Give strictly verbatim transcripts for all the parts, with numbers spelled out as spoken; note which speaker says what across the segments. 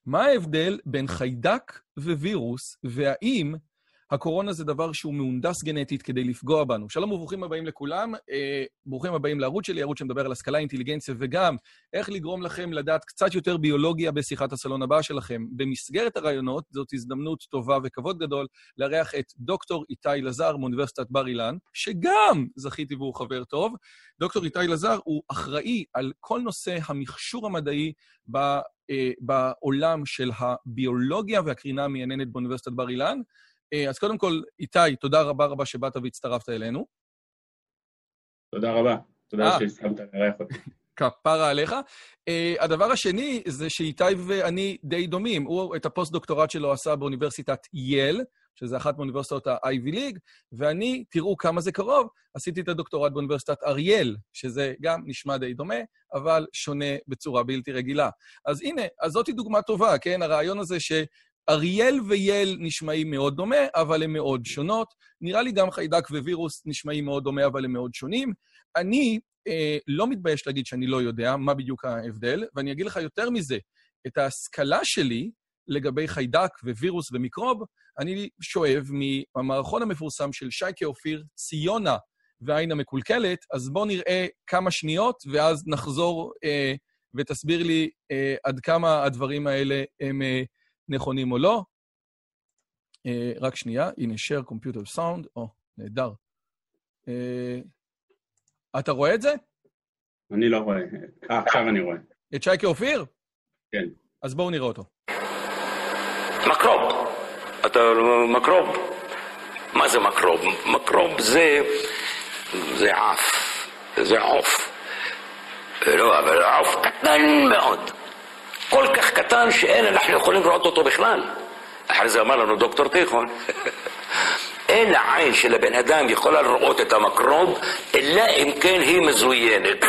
Speaker 1: מה ההבדל בין חיידק ווירוס, והאם הקורונה זה דבר שהוא מהונדס גנטית כדי לפגוע בנו? שלום וברוכים הבאים לכולם, אה, ברוכים הבאים לערוץ שלי, ערוץ שמדבר על השכלה, אינטליגנציה, וגם איך לגרום לכם לדעת קצת יותר ביולוגיה בשיחת הסלון הבאה שלכם. במסגרת הרעיונות, זאת הזדמנות טובה וכבוד גדול, לארח את דוקטור איתי לזר מאוניברסיטת בר אילן, שגם זכיתי והוא חבר טוב. דוקטור איתי לזר הוא אחראי על כל נושא המכשור המדעי ב... בעולם של הביולוגיה והקרינה המייננת באוניברסיטת בר אילן. אז קודם כל, איתי, תודה רבה רבה שבאת והצטרפת אלינו.
Speaker 2: תודה רבה, תודה שהסכמת לארח אותי.
Speaker 1: כפרה עליך. הדבר השני זה שאיתי ואני די דומים. הוא את הפוסט-דוקטורט שלו עשה באוניברסיטת יל, שזה אחת מאוניברסיטאות ה-איי וי ליג, ואני, תראו כמה זה קרוב, עשיתי את הדוקטורט באוניברסיטת אריאל, שזה גם נשמע די דומה, אבל שונה בצורה בלתי רגילה. אז הנה, אז זאת היא דוגמה טובה, כן? הרעיון הזה שאריאל וייל נשמעים מאוד דומה, אבל הם מאוד שונות. נראה לי גם חיידק ווירוס נשמעים מאוד דומה, אבל הם מאוד שונים. אני אה, לא מתבייש להגיד שאני לא יודע מה בדיוק ההבדל, ואני אגיד לך יותר מזה, את ההשכלה שלי, לגבי חיידק ווירוס ומיקרוב, אני שואב מהמערכון המפורסם של שייקה אופיר, ציונה והעין המקולקלת, אז בואו נראה כמה שניות, ואז נחזור אה, ותסביר לי אה, עד כמה הדברים האלה הם אה, נכונים או לא. אה, רק שנייה, הנה share computer sound, או, נהדר. אה, אתה רואה את זה?
Speaker 2: אני לא רואה. אה, עכשיו אני רואה.
Speaker 1: את שייקה אופיר?
Speaker 2: כן.
Speaker 1: אז בואו נראה אותו.
Speaker 3: מקרוב. אתה מקרוב. מה זה מקרוב? מקרוב זה זה עף. זה עוף. לא, אבל עוף קטן מאוד. כל כך קטן שאין אנחנו יכולים לראות אותו בכלל. אחרי זה אמר לנו דוקטור תיכון. אין העין של הבן אדם יכולה לראות את המקרוב, אלא אם כן היא מזוינת.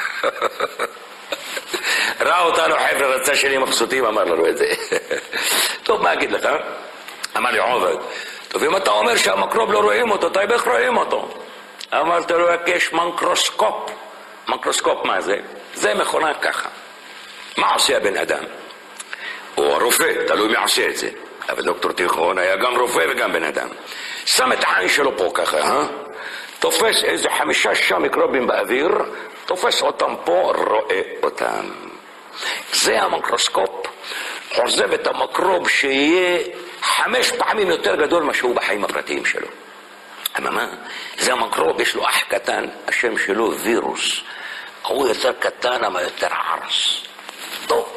Speaker 3: ראה אותנו חבר'ה רצה שלי מבסוטים, אמר לנו את זה. טוב, מה אגיד לך? אמר לי עובד, טוב, אם אתה אומר שהמקרוב לא רואים אותו, אתה איך רואים אותו? אמרתי לו, יש מיקרוסקופ. מיקרוסקופ מה זה? זה מכונה ככה. מה עושה הבן אדם? הוא הרופא, תלוי מי עושה את זה. אבל דוקטור תיכון היה גם רופא וגם בן אדם. שם את העין שלו פה ככה, אה? תופס איזה חמישה שם מיקרובים באוויר, תופס אותם פה, רואה אותם. זה המיקרוסקופ, חוזב את המיקרוב שיהיה חמש פעמים יותר גדול מה שהוא בחיים הפרטיים שלו. אבל מה? זה המיקרוב, יש לו אח קטן, השם שלו וירוס. הוא יותר קטן, אבל יותר ערס. טוב.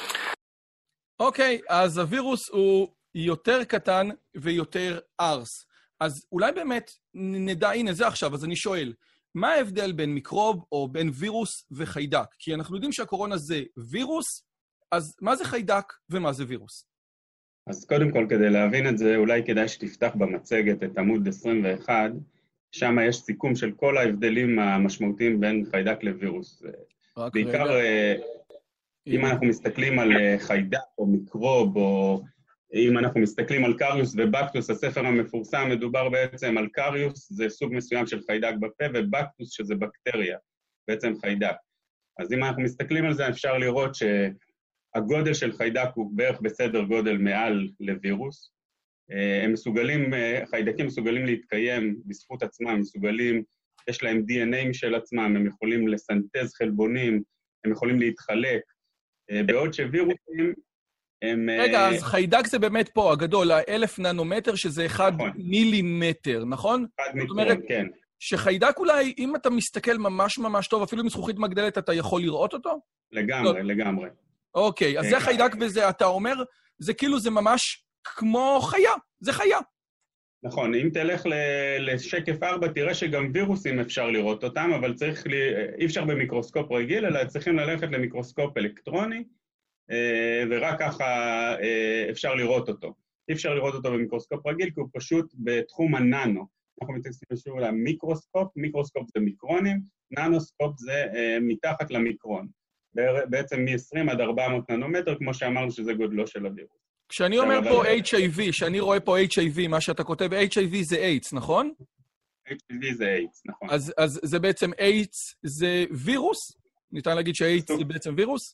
Speaker 1: אוקיי, אז הווירוס הוא יותר קטן ויותר ערס. אז אולי באמת נדע, הנה זה עכשיו, אז אני שואל, מה ההבדל בין מיקרוב או בין וירוס וחיידק? כי אנחנו יודעים שהקורונה זה וירוס, אז מה זה חיידק ומה זה וירוס?
Speaker 2: אז קודם כל, כדי להבין את זה, אולי כדאי שתפתח במצגת את עמוד עשרים ואחת, שם יש סיכום של כל ההבדלים המשמעותיים בין חיידק לווירוס. בעיקר, רגע. אם אנחנו מסתכלים על חיידק או מיקרוב, או אם אנחנו מסתכלים על קריוס ובקטוס, הספר המפורסם מדובר בעצם על קריוס, זה סוג מסוים של חיידק בפה, ובקטוס שזה בקטריה, בעצם חיידק. אז אם אנחנו מסתכלים על זה, אפשר לראות שהגודל של חיידק הוא בערך בסדר גודל מעל לווירוס. הם מסוגלים, חיידקים מסוגלים להתקיים בזכות עצמם, הם מסוגלים, יש להם די אן איי משל עצמם, הם יכולים לסנטז חלבונים, הם יכולים להתחלק, בעוד שווירוסים, הם...
Speaker 1: רגע, אז חיידק זה באמת פה, הגדול, האלף ננומטר, שזה אחד נכון. מילימטר, נכון?
Speaker 2: אחד מיקרון, כן.
Speaker 1: שחיידק אולי, אם אתה מסתכל ממש ממש טוב, אפילו מזכוכית מגדלת, אתה יכול לראות אותו?
Speaker 2: לגמרי, לא. לגמרי.
Speaker 1: אוקיי, אז זה חיידק וזה, אתה אומר, זה כאילו זה ממש כמו חיה, זה חיה.
Speaker 2: נכון, אם תלך לשקף ארבע, תראה שגם וירוסים אפשר לראות אותם, אבל צריך, אי אפשר במיקרוסקופ רגיל, אלא צריכים ללכת למיקרוסקופ אלקטרוני, ורק ככה אפשר לראות אותו. אי אפשר לראות אותו במיקרוסקופ רגיל, כי הוא פשוט בתחום הננו. אנחנו מתייחסים שוב למיקרוסקופ, מיקרוסקופ זה מיקרונים, ננוסקופ זה מתחת למיקרון. בעצם מ-עשרים עד ארבע מאות ננומטר, כמו שאמרנו שזה גודלו של הווירוס.
Speaker 1: כשאני אומר פה אייץ' איי וי, כשאני רואה פה אייץ' איי וי, מה שאתה כותב, אייץ' איי וי זה איידס, נכון?
Speaker 2: אייץ' איי וי זה איידס, נכון.
Speaker 1: אז זה בעצם איידס זה וירוס? ניתן להגיד שאיידס זה בעצם וירוס?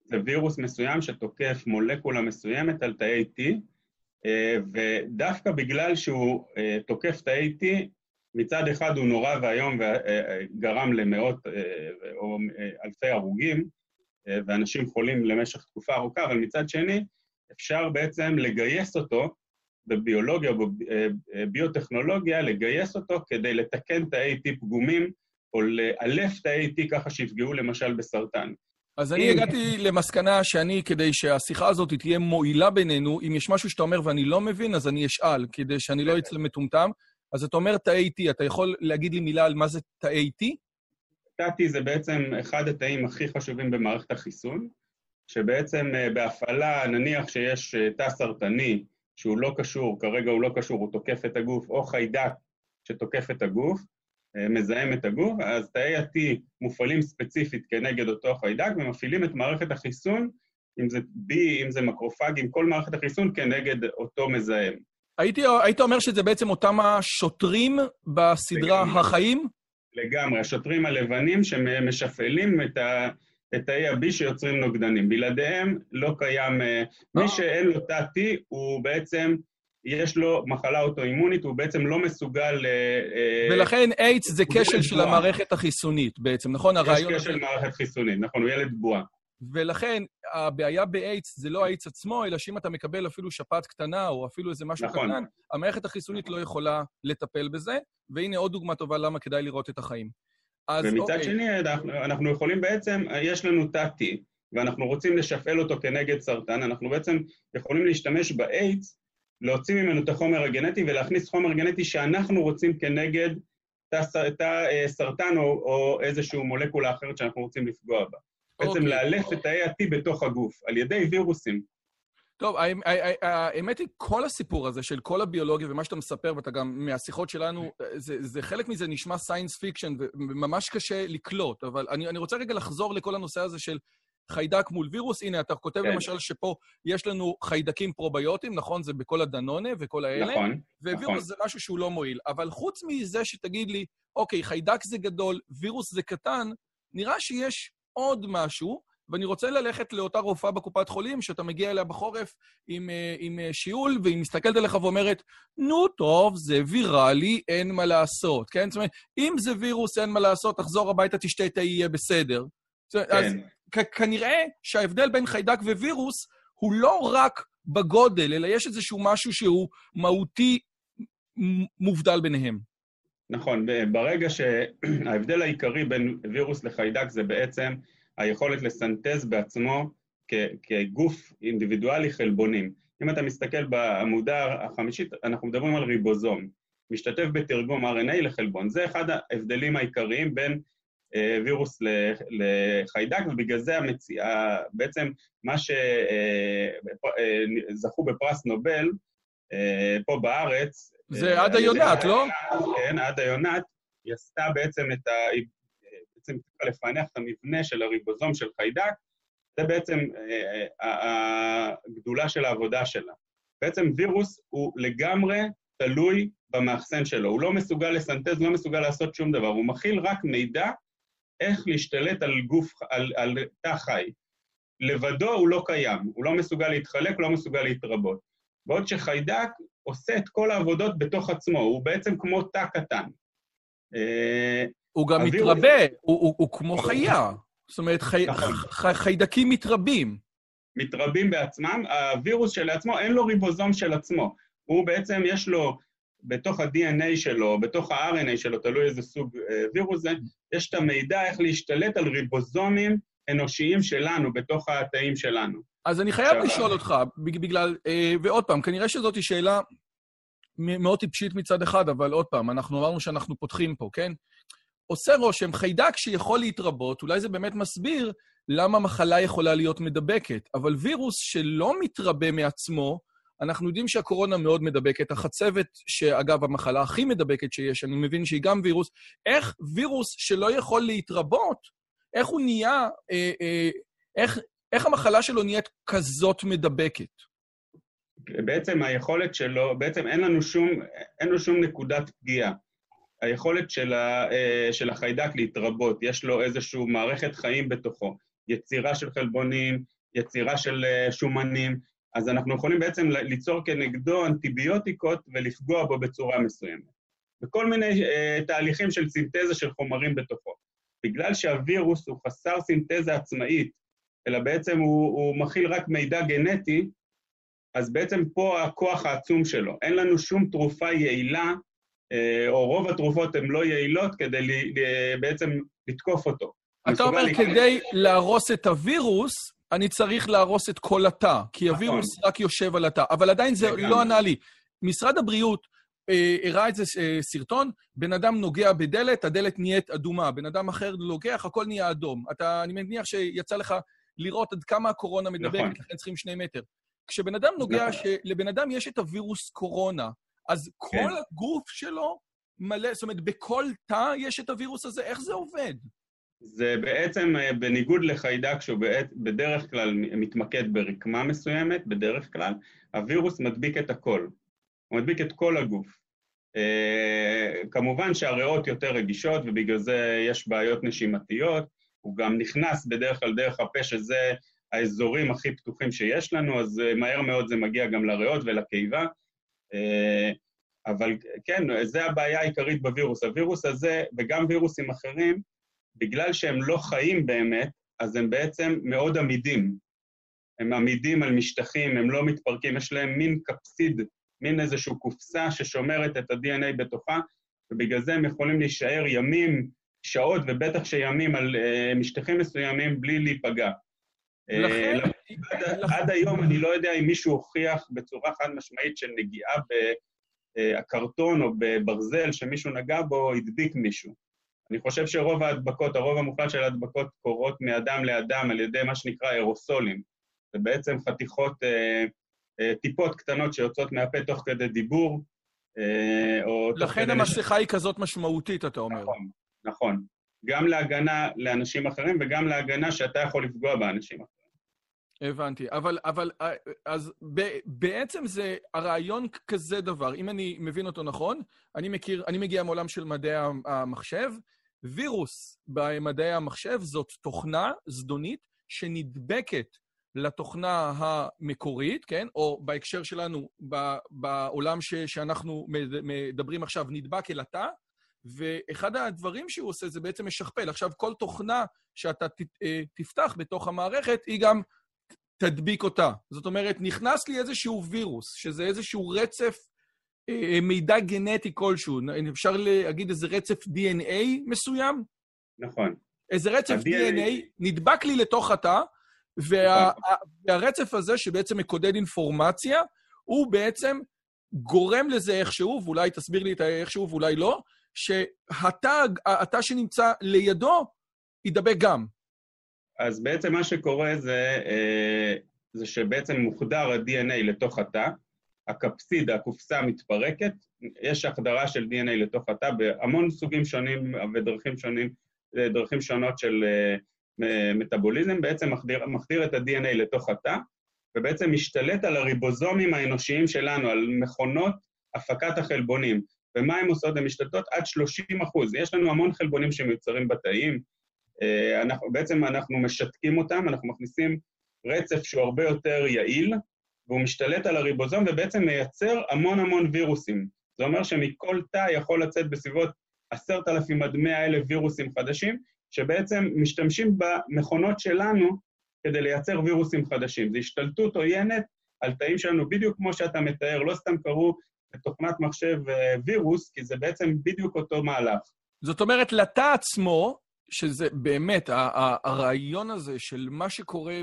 Speaker 2: זה וירוס מסוים שתוקף מולקולה מסוימת על תאי T, ודווקא בגלל שהוא תוקף תאי T, מצד אחד הוא נורא והיום וגרם למאות או אלפי הרוגים, ואנשים חולים למשך תקופה ארוכה, אבל מצד שני אפשר בעצם לגייס אותו בביולוגיה או בביוטכנולוגיה, לגייס אותו כדי לתקן תאי T פגומים, או לאלף תאי T ככה שיפגעו למשל בסרטן.
Speaker 1: אז אני הגעתי למסקנה שאני, כדי שהשיחה הזאת תהיה מועילה בינינו, אם יש משהו שאתה אומר ואני לא מבין, אז אני אשאל, כדי שאני לא אצל מטומטם. אז אתה אומר תאי T, אתה יכול להגיד לי מילה על מה זה תאי T?
Speaker 2: תא T זה בעצם אחד התאים הכי חשובים במערכת החיסון, שבעצם בהפעלה, נניח שיש תא סרטני, שהוא לא קשור, כרגע הוא לא קשור, הוא תוקף את הגוף, או חיידק שתוקף את הגוף, מזהם את הגוף, אז תאי ה-T מופעלים ספציפית כנגד אותו חיידק, ומפעילים את מערכת החיסון, אם זה B, אם זה מקרופגים, כל מערכת החיסון כנגד אותו מזהם.
Speaker 1: הייתי, היית אומר שזה בעצם אותם השוטרים בסדרה לגמרי. החיים?
Speaker 2: לגמרי, השוטרים הלבנים שמשפעלים את ה... את תאי ה-B שיוצרים נוגדנים. בלעדיהם לא קיים... מי שאין לו תא T, הוא בעצם, יש לו מחלה אוטואימונית, הוא בעצם לא מסוגל...
Speaker 1: ולכן איידס זה כשל של המערכת החיסונית בעצם, נכון?
Speaker 2: יש כשל מערכת חיסונית, נכון, הוא ילד בועה.
Speaker 1: ולכן הבעיה באיידס זה לא האיידס עצמו, אלא שאם אתה מקבל אפילו שפעת קטנה, או אפילו איזה משהו נכון. קטן, המערכת החיסונית לא יכולה לטפל בזה, והנה עוד דוגמה טובה למה כדאי לראות את החיים.
Speaker 2: ומצד אוקיי. שני, אנחנו, אנחנו יכולים בעצם, יש לנו תא T, ואנחנו רוצים לשפעל אותו כנגד סרטן, אנחנו בעצם יכולים להשתמש באיידס, להוציא ממנו את החומר הגנטי, ולהכניס חומר גנטי שאנחנו רוצים כנגד תא, תא סרטן, או, או איזשהו מולקולה אחרת שאנחנו רוצים לפגוע בה. בעצם אוקיי. לאלף את תאי ה-T בתוך הגוף, על ידי וירוסים.
Speaker 1: טוב, האמת היא, כל הסיפור הזה של כל הביולוגיה ומה שאתה מספר, ואתה גם מהשיחות שלנו, זה, זה חלק מזה נשמע סיינס פיקשן, וממש קשה לקלוט, אבל אני, אני רוצה רגע לחזור לכל הנושא הזה של חיידק מול וירוס. הנה, אתה כותב כן. למשל שפה יש לנו חיידקים פרוביוטיים, נכון? זה בכל הדנונה וכל האלה,
Speaker 2: נכון,
Speaker 1: ווירוס
Speaker 2: נכון.
Speaker 1: זה משהו שהוא לא מועיל. אבל חוץ מזה שתגיד לי, אוקיי, חיידק זה גדול, וירוס זה קטן, נראה שיש עוד משהו, ואני רוצה ללכת לאותה רופאה בקופת חולים, שאתה מגיע אליה בחורף עם, עם שיעול, והיא מסתכלת עליך ואומרת, נו טוב, זה ויראלי, אין מה לעשות, כן? זאת אומרת, אם זה וירוס, אין מה לעשות, תחזור הביתה, תשתה תה, יהיה בסדר. כן. אז כ- כנראה שההבדל בין חיידק ווירוס, הוא לא רק בגודל, אלא יש איזשהו משהו שהוא מהותי מובדל ביניהם.
Speaker 2: נכון, ברגע שההבדל העיקרי בין וירוס לחיידק זה בעצם, היכולת לסנטז בעצמו כ- כגוף אינדיבידואלי חלבונים. אם אתה מסתכל בעמודה החמישית, אנחנו מדברים על ריבוזום, משתתף בתרגום אר אן איי לחלבון. זה אחד ההבדלים העיקריים בין אה, וירוס לחיידק, ובגלל זה המציאה, בעצם מה שזכו אה, אה, בפרס נובל, אה, פה בארץ...
Speaker 1: זה אה, עד היונת, לא?
Speaker 2: כן, עד היונת, היא עשתה בעצם את ה... בעצם לפענח את המבנה של הריבוזום של חיידק, זה בעצם הגדולה של העבודה שלה. בעצם וירוס הוא לגמרי תלוי במאחסן שלו, הוא לא מסוגל לסנטז, לא מסוגל לעשות שום דבר, הוא מכיל רק מידע איך להשתלט על גוף, על, על תא חי. לבדו הוא לא קיים, הוא לא מסוגל להתחלק, לא מסוגל להתרבות. בעוד שחיידק עושה את כל העבודות בתוך עצמו, הוא בעצם כמו תא קטן.
Speaker 1: הוא גם מתרבה, הוא כמו חיה. זאת אומרת, חיידקים מתרבים.
Speaker 2: מתרבים בעצמם, הווירוס שלעצמו אין לו ריבוזום של עצמו. הוא בעצם יש לו, בתוך ה-די אן איי שלו, בתוך ה-אר אן איי שלו, תלוי איזה סוג וירוס זה, יש את המידע איך להשתלט על ריבוזומים אנושיים שלנו, בתוך התאים שלנו.
Speaker 1: אז אני חייב לשאול אותך, בגלל, ועוד פעם, כנראה שזאת שאלה מאוד טיפשית מצד אחד, אבל עוד פעם, אנחנו אמרנו שאנחנו פותחים פה, כן? עושה רושם, חיידק שיכול להתרבות, אולי זה באמת מסביר למה מחלה יכולה להיות מדבקת, אבל וירוס שלא מתרבה מעצמו, אנחנו יודעים שהקורונה מאוד מדבקת, החצבת, שאגב המחלה הכי מדבקת שיש, אני מבין שהיא גם וירוס, איך וירוס שלא יכול להתרבות, איך הוא נהיה, אה, אה, איך, איך המחלה שלו נהיית כזאת מדבקת?
Speaker 2: בעצם היכולת שלו, בעצם אין לנו שום, אין לנו שום נקודת פגיעה. היכולת של, ה, של החיידק להתרבות, יש לו איזושהי מערכת חיים בתוכו, יצירה של חלבונים, יצירה של שומנים, אז אנחנו יכולים בעצם ליצור כנגדו אנטיביוטיקות ולפגוע בו בצורה מסוימת. וכל מיני uh, תהליכים של סינתזה של חומרים בתוכו. בגלל שהווירוס הוא חסר סינתזה עצמאית, אלא בעצם הוא, הוא מכיל רק מידע גנטי, אז בעצם פה הכוח העצום שלו. אין לנו שום תרופה יעילה, uh, או רוב התרופות הן לא יעילות, כדי לי, uh, בעצם לתקוף אותו.
Speaker 1: אתה אומר, לי... כדי להרוס את הווירוס, אני צריך להרוס את כל התא, כי נכון. הווירוס רק יושב על התא. אבל עדיין זה לא ענה לי. משרד הבריאות, הראה איזה סרטון, בן אדם נוגע בדלת, הדלת נהיית אדומה, בן אדם אחר לוקח, הכל נהיה אדום. אתה, אני מניח שיצא לך לראות עד כמה הקורונה מדבקת, נכון. לכן צריכים שני מטר. כשבן אדם נוגע, נכון. שלבן אדם יש את הווירוס קורונה, אז כל כן. הגוף שלו מלא, זאת אומרת, בכל תא יש את הווירוס הזה, איך זה עובד?
Speaker 2: זה בעצם, בניגוד לחיידק, שהוא בדרך כלל מתמקד ברקמה מסוימת, בדרך כלל, הווירוס מדביק את הכל. הוא מדביק את כל הגוף. Uh, כמובן שהריאות יותר רגישות, ובגלל זה יש בעיות נשימתיות, הוא גם נכנס בדרך כלל דרך הפה, שזה האזורים הכי פתוחים שיש לנו, אז uh, מהר מאוד זה מגיע גם לריאות ולקיבה, uh, אבל כן, זה הבעיה העיקרית בווירוס. הווירוס הזה, וגם וירוסים אחרים, בגלל שהם לא חיים באמת, אז הם בעצם מאוד עמידים. הם עמידים על משטחים, הם לא מתפרקים, יש להם מין קפסיד, מין איזושהי קופסה ששומרת את ה-די אן איי בתוכה, ובגלל זה הם יכולים להישאר ימים, שעות, ובטח שימים על uh, משטחים מסוימים בלי להיפגע.
Speaker 1: לכן... Uh,
Speaker 2: עד, לכן... עד היום אני לא יודע אם מישהו הוכיח בצורה חד משמעית של נגיעה בקרטון או בברזל, שמישהו נגע בו, הדביק מישהו. אני חושב שרוב ההדבקות, הרוב המוחלט של ההדבקות קורות מאדם לאדם על ידי מה שנקרא אירוסולים. זה בעצם חתיכות... Uh, טיפות קטנות שיוצאות מהפה תוך כדי דיבור, או...
Speaker 1: לכן המסכה היא כזאת משמעותית, אתה אומר.
Speaker 2: נכון, נכון. גם להגנה לאנשים אחרים, וגם להגנה שאתה יכול לפגוע באנשים אחרים.
Speaker 1: הבנתי, אבל, אבל, אז בעצם זה הרעיון כזה דבר, אם אני מבין אותו נכון, אני מכיר, אני מגיע מעולם של מדעי המחשב, וירוס במדעי המחשב זאת תוכנה זדונית שנדבקת לתוכנה המקורית, כן? או בהקשר שלנו, בעולם ש, שאנחנו מדברים עכשיו, נדבק אל התא, ואחד הדברים שהוא עושה זה בעצם משכפל. עכשיו, כל תוכנה שאתה ת, תפתח בתוך המערכת, היא גם תדביק אותה. זאת אומרת, נכנס לי איזשהו וירוס, שזה איזשהו רצף מידע גנטי כלשהו. אפשר להגיד איזה רצף די אן איי מסוים?
Speaker 2: נכון.
Speaker 1: איזה רצף די אן איי נדבק לי לתוך התא, וה, והרצף הזה שבעצם מקודד אינפורמציה, הוא בעצם גורם לזה איכשהו, ואולי תסביר לי את האיכשהו ואולי לא, שהתא שנמצא לידו ידבק גם.
Speaker 2: אז בעצם מה שקורה זה, זה שבעצם מוחדר ה-די אן איי לתוך התא, הקפסיד, הקופסה מתפרקת, יש החדרה של די אן איי לתוך התא בהמון סוגים שונים ודרכים שונים, דרכים שונות של מטאבוליזם, בעצם מחדיר, מחדיר את ה-די אן איי לתוך התא, ובעצם משתלט על הריבוזומים האנושיים שלנו, על מכונות הפקת החלבונים. ומה הם עושות? הן משתלטות עד שלושים אחוז. יש לנו המון חלבונים שמיוצרים בתאים, אנחנו, בעצם אנחנו משתקים אותם, אנחנו מכניסים רצף שהוא הרבה יותר יעיל, והוא משתלט על הריבוזום ובעצם מייצר המון המון וירוסים. זה אומר שמכל תא יכול לצאת בסביבות עשרת אלפים עד מאה אלף וירוסים חדשים, שבעצם משתמשים במכונות שלנו כדי לייצר וירוסים חדשים. זה השתלטות עוינת על תאים שלנו, בדיוק כמו שאתה מתאר, לא סתם קראו בתוכנת מחשב וירוס, כי זה בעצם בדיוק אותו מהלך.
Speaker 1: זאת אומרת, לתא עצמו, שזה באמת, הרעיון הזה של מה שקורה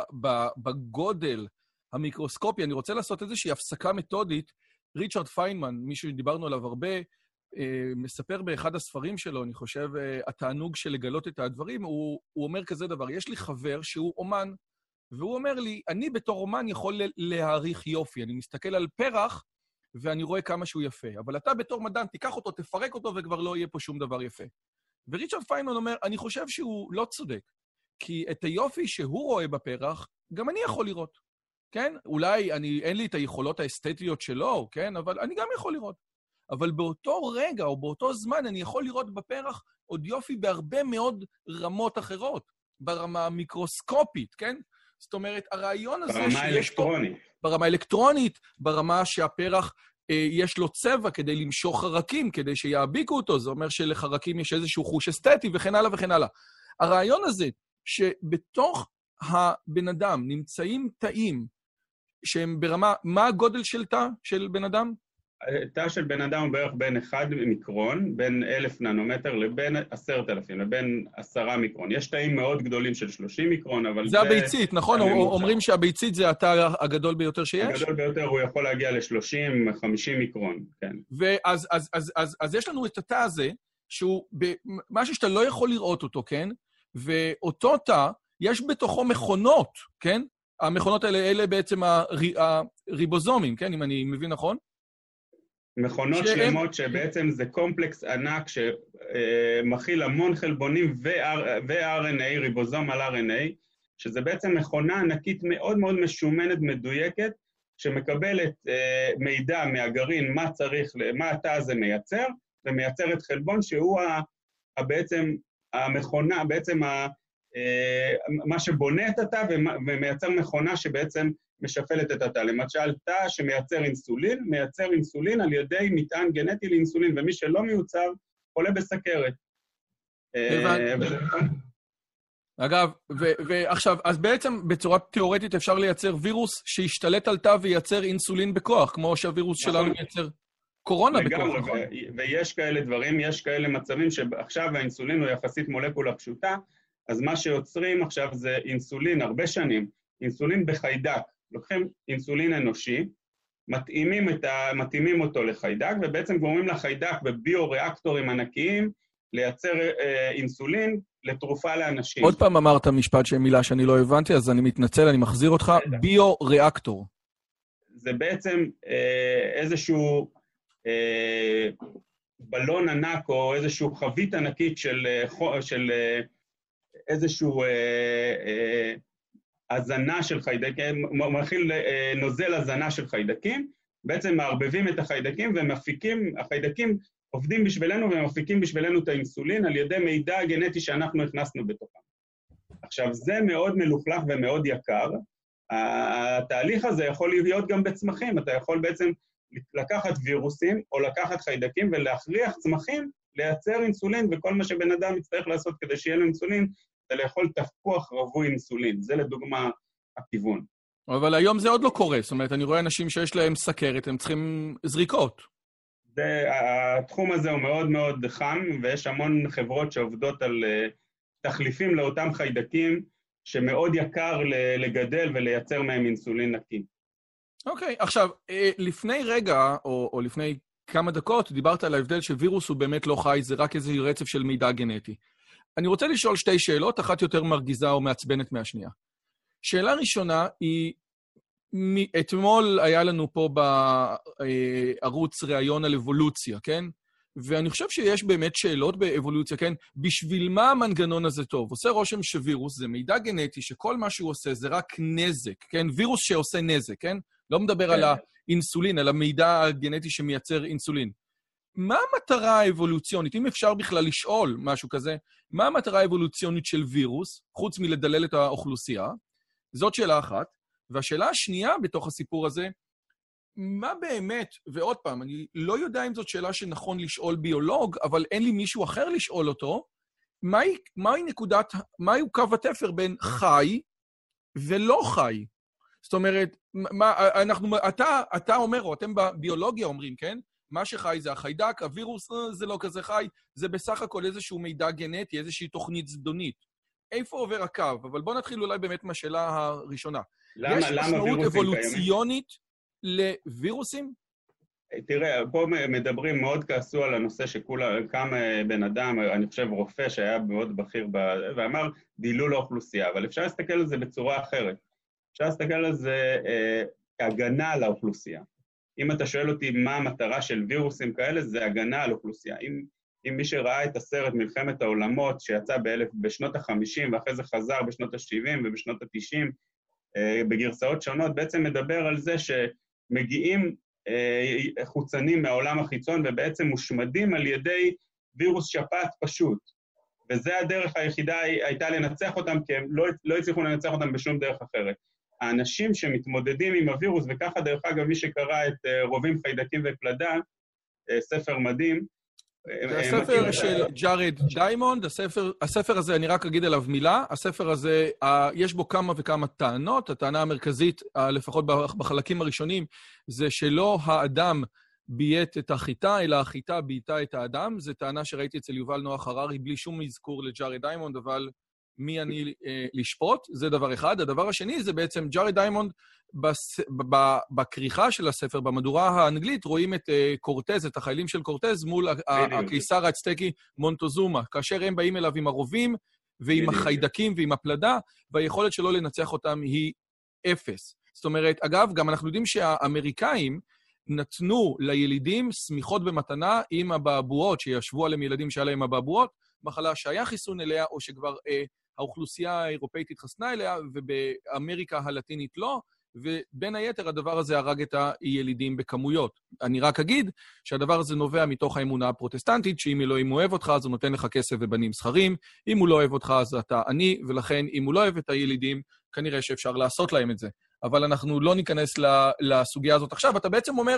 Speaker 1: בגודל המיקרוסקופי, אני רוצה לעשות איזושהי הפסקה מתודית. ריצ'רד פיינמן, מישהו שדיברנו עליו הרבה, מספר באחד הספרים שלו, אני חושב, התענוג של לגלות את הדברים, הוא, הוא אומר כזה דבר, יש לי חבר שהוא אומן, והוא אומר לי, אני בתור אומן יכול להעריך יופי, אני מסתכל על פרח, ואני רואה כמה שהוא יפה, אבל אתה בתור מדען, תיקח אותו, תפרק אותו, וכבר לא יהיה פה שום דבר יפה. וריצ'רד פיינמן אומר, אני חושב שהוא לא צודק, כי את היופי שהוא רואה בפרח, גם אני יכול לראות, כן? אולי אני, אין לי את היכולות האסתטיות שלו, כן? אבל אני גם יכול לראות. אבל באותו רגע או באותו זמן אני יכול לראות בפרח עוד יופי בהרבה מאוד רמות אחרות, ברמה המיקרוסקופית, כן? זאת אומרת, הרעיון הזה
Speaker 2: ברמה האלקטרונית.
Speaker 1: ברמה האלקטרונית, ברמה שהפרח אה, יש לו צבע כדי למשוך חרקים, כדי שיעביקו אותו, זה אומר שלחרקים יש איזשהו חוש אסתטי וכן הלאה וכן הלאה. הרעיון הזה, שבתוך הבן אדם נמצאים תאים, שהם ברמה, מה הגודל של תא של בן אדם?
Speaker 2: תא של בן אדם הוא בערך בין אחד מיקרון, בין אלף ננומטר לבין עשרת אלפים, לבין עשרה מיקרון. יש תאים מאוד גדולים של שלושים מיקרון, אבל זה...
Speaker 1: זה הביצית, נכון? אומרים שהביצית זה התא הגדול ביותר שיש?
Speaker 2: הגדול ביותר הוא יכול להגיע ל-שלושים חמישים מיקרון, כן.
Speaker 1: ואז אז, אז, אז, אז יש לנו את התא הזה, שהוא משהו שאתה לא יכול לראות אותו, כן? ואותו תא, יש בתוכו מכונות, כן? המכונות האלה, אלה בעצם הריבוזומים, כן? אם אני מבין נכון?
Speaker 2: מכונות שהם... שלמות שבעצם זה קומפלקס ענק שמכיל המון חלבונים ו-אר אן איי, ריבוזום על אר אן איי, שזה בעצם מכונה ענקית מאוד מאוד משומנת, מדויקת, שמקבלת uh, מידע מהגרעין מה צריך, מה התא הזה מייצר, ומייצרת חלבון שהוא ה, ה, בעצם המכונה, בעצם ה, uh, מה שבונה את התא ומייצר מכונה שבעצם משפלת את התא. למשל, תא שמייצר אינסולין, מייצר אינסולין על ידי מטען גנטי לאינסולין, ומי שלא מיוצר, חולה בסכרת.
Speaker 1: אגב, ועכשיו, אז בעצם בצורה תיאורטית אפשר לייצר וירוס שישתלט על תא וייצר אינסולין בכוח, כמו שהווירוס שלנו מייצר קורונה בכוח, נכון?
Speaker 2: ויש כאלה דברים, יש כאלה מצבים שעכשיו האינסולין הוא יחסית מולקולה פשוטה, אז מה שיוצרים עכשיו זה אינסולין, הרבה שנים, אינסולין בחיידק. לוקחים אינסולין אנושי, מתאימים, את ה... מתאימים אותו לחיידק, ובעצם גורמים לחיידק בביו-ריאקטורים ענקיים לייצר אה, אינסולין לתרופה לאנשים.
Speaker 1: עוד פעם אמרת משפט שהיא מילה שאני לא הבנתי, אז אני מתנצל, אני מחזיר אותך, ביו-ריאקטור.
Speaker 2: זה בעצם אה, איזשהו אה, בלון ענק או איזשהו חבית ענקית של, של אה, איזשהו... אה, אה, הזנה של חיידקים, מכיל נוזל הזנה של חיידקים, בעצם מערבבים את החיידקים ומפיקים, החיידקים עובדים בשבילנו ומפיקים בשבילנו את האינסולין על ידי מידע גנטי שאנחנו הכנסנו בתוכם. עכשיו, זה מאוד מלוכלך ומאוד יקר. התהליך הזה יכול להיות גם בצמחים, אתה יכול בעצם לקחת וירוסים או לקחת חיידקים ולהכריח צמחים לייצר אינסולין, וכל מה שבן אדם יצטרך לעשות כדי שיהיה לו אינסולין, זה לאכול תפוח רווי אינסולין. זה לדוגמה הכיוון.
Speaker 1: אבל היום זה עוד לא קורה. זאת אומרת, אני רואה אנשים שיש להם סכרת, הם צריכים זריקות.
Speaker 2: זה, התחום הזה הוא מאוד מאוד חם, ויש המון חברות שעובדות על תחליפים לאותם חיידקים, שמאוד יקר לגדל ולייצר מהם אינסולין נקי.
Speaker 1: אוקיי, עכשיו, לפני רגע, או, או לפני כמה דקות, דיברת על ההבדל שווירוס הוא באמת לא חי, זה רק איזה רצף של מידע גנטי. אני רוצה לשאול שתי שאלות, אחת יותר מרגיזה או מעצבנת מהשנייה. שאלה ראשונה היא, אתמול היה לנו פה בערוץ ראיון על אבולוציה, כן? ואני חושב שיש באמת שאלות באבולוציה, כן? בשביל מה המנגנון הזה טוב? עושה רושם שווירוס זה מידע גנטי, שכל מה שהוא עושה זה רק נזק, כן? וירוס שעושה נזק, כן? לא מדבר על האינסולין, על המידע הגנטי שמייצר אינסולין. מה המטרה האבולוציונית, אם אפשר בכלל לשאול משהו כזה, מה המטרה האבולוציונית של וירוס, חוץ מלדלל את האוכלוסייה? זאת שאלה אחת. והשאלה השנייה בתוך הסיפור הזה, מה באמת, ועוד פעם, אני לא יודע אם זאת שאלה שנכון לשאול ביולוג, אבל אין לי מישהו אחר לשאול אותו, מהי, מהי נקודת, מהי קו התפר בין חי ולא חי? זאת אומרת, מה, אנחנו, אתה, אתה אומר, או אתם בביולוגיה אומרים, כן? מה שחי זה החיידק, הווירוס זה לא כזה חי, זה בסך הכל איזשהו מידע גנטי, איזושהי תוכנית זדונית. איפה עובר הקו? אבל בואו נתחיל אולי באמת מהשאלה הראשונה.
Speaker 2: למה,
Speaker 1: יש
Speaker 2: למה
Speaker 1: משמעות אבולוציונית לווירוסים?
Speaker 2: תראה, פה מדברים, מאוד כעסו על הנושא שכולה, קם בן אדם, אני חושב רופא שהיה מאוד בכיר, ואמר דילול האוכלוסייה, אבל אפשר להסתכל על זה בצורה אחרת. אפשר להסתכל על זה אה, הגנה על האוכלוסייה. אם אתה שואל אותי מה המטרה של וירוסים כאלה, זה הגנה על אוכלוסייה. אם, אם מי שראה את הסרט מלחמת העולמות, שיצא באלף, בשנות ה-חמישים, ואחרי זה חזר בשנות ה-שבעים ובשנות ה-תשעים, אה, בגרסאות שונות, בעצם מדבר על זה שמגיעים אה, חוצנים מהעולם החיצון, ובעצם מושמדים על ידי וירוס שפעת פשוט. וזה הדרך היחידה הייתה לנצח אותם, כי הם לא, לא הצליחו לנצח אותם בשום דרך אחרת. האנשים שמתמודדים עם הווירוס, וככה דרך אגב מי שקרא את רובים חיידקים ופלדה, ספר מדהים,
Speaker 1: זה הספר של ג'ארד דיימונד, הספר, הספר הזה, אני רק אגיד עליו מילה, הספר הזה, יש בו כמה וכמה טענות, הטענה המרכזית, לפחות בחלקים הראשונים, זה שלא האדם בייט את החיטה, אלא החיטה בייתה את האדם, זו טענה שראיתי אצל יובל נוח הררי, בלי שום מזכור לג'ארד דיימונד, אבל מי אני אה, לשפוט, זה דבר אחד. הדבר השני זה בעצם ג'ארד דיימונד, בס... בכריכה של הספר, במדורה האנגלית, רואים את אה, קורטז, את החיילים של קורטז, מול הקיסר האצטקי מונטוזומה, כאשר הם באים אליו עם הרובים, ועם החיידקים ועם הפלדה, והיכולת שלו לנצח אותם היא אפס. זאת אומרת, אגב, גם אנחנו יודעים שהאמריקאים נתנו לילידים סמיכות במתנה עם הבעבועות, שישבו עליהם ילדים שהיה להם הבעבועות, מחלה שהיה חיסון אליה, או שכבר אה, האוכלוסייה האירופאית התחסנה אליה, ובאמריקה הלטינית לא, ובין היתר הדבר הזה הרג את הילידים בכמויות. אני רק אגיד שהדבר הזה נובע מתוך האמונה הפרוטסטנטית, שאם אלוהים אוהב אותך, אז הוא נותן לך כסף ובנים זכרים, אם הוא לא אוהב אותך, אז אתה עני, ולכן אם הוא לא אוהב את הילידים, כנראה שאפשר לעשות להם את זה. אבל אנחנו לא ניכנס לסוגיה הזאת עכשיו. אתה בעצם אומר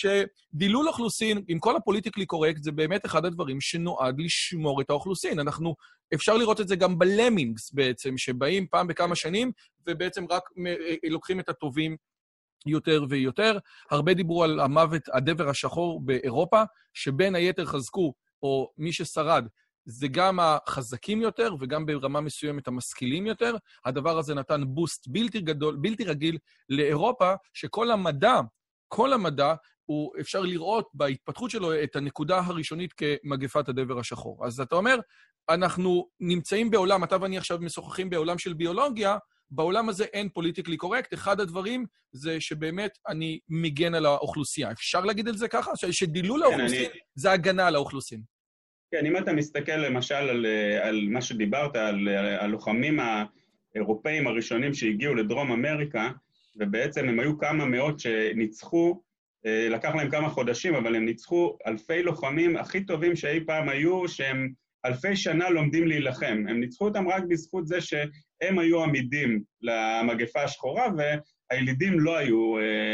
Speaker 1: שדילול אוכלוסין, עם כל הפוליטיקלי קורקט, זה באמת אחד הדברים שנועד לשמור את האוכלוסין. אנחנו, אפשר לראות את זה גם בלמינגס בעצם, שבאים פעם בכמה שנים, ובעצם רק לוקחים את הטובים יותר ויותר. הרבה דיברו על המוות, הדבר השחור באירופה, שבין היתר חזקו, או מי ששרד, זה גם החזקים יותר, וגם ברמה מסוימת המשכילים יותר. הדבר הזה נתן בוסט בלתי גדול, בלתי רגיל לאירופה, שכל המדע, כל המדע, הוא אפשר לראות בהתפתחות שלו את הנקודה הראשונית כמגפת הדבר השחור. אז אתה אומר, אנחנו נמצאים בעולם, אתה ואני עכשיו משוחחים בעולם של ביולוגיה, בעולם הזה אין פוליטיקלי קורקט. אחד הדברים זה שבאמת אני מגן על האוכלוסייה. אפשר להגיד את זה ככה? שדילול האוכלוסין זה הגנה על האוכלוסין.
Speaker 2: כן, אם אתה מסתכל למשל על, על מה שדיברת, על הלוחמים האירופאים הראשונים שהגיעו לדרום אמריקה, ובעצם הם היו כמה מאות שניצחו, לקח להם כמה חודשים, אבל הם ניצחו אלפי לוחמים הכי טובים שאי פעם היו, שהם אלפי שנה לומדים להילחם. הם ניצחו אותם רק בזכות זה שהם היו עמידים למגפה השחורה, והילידים לא היו,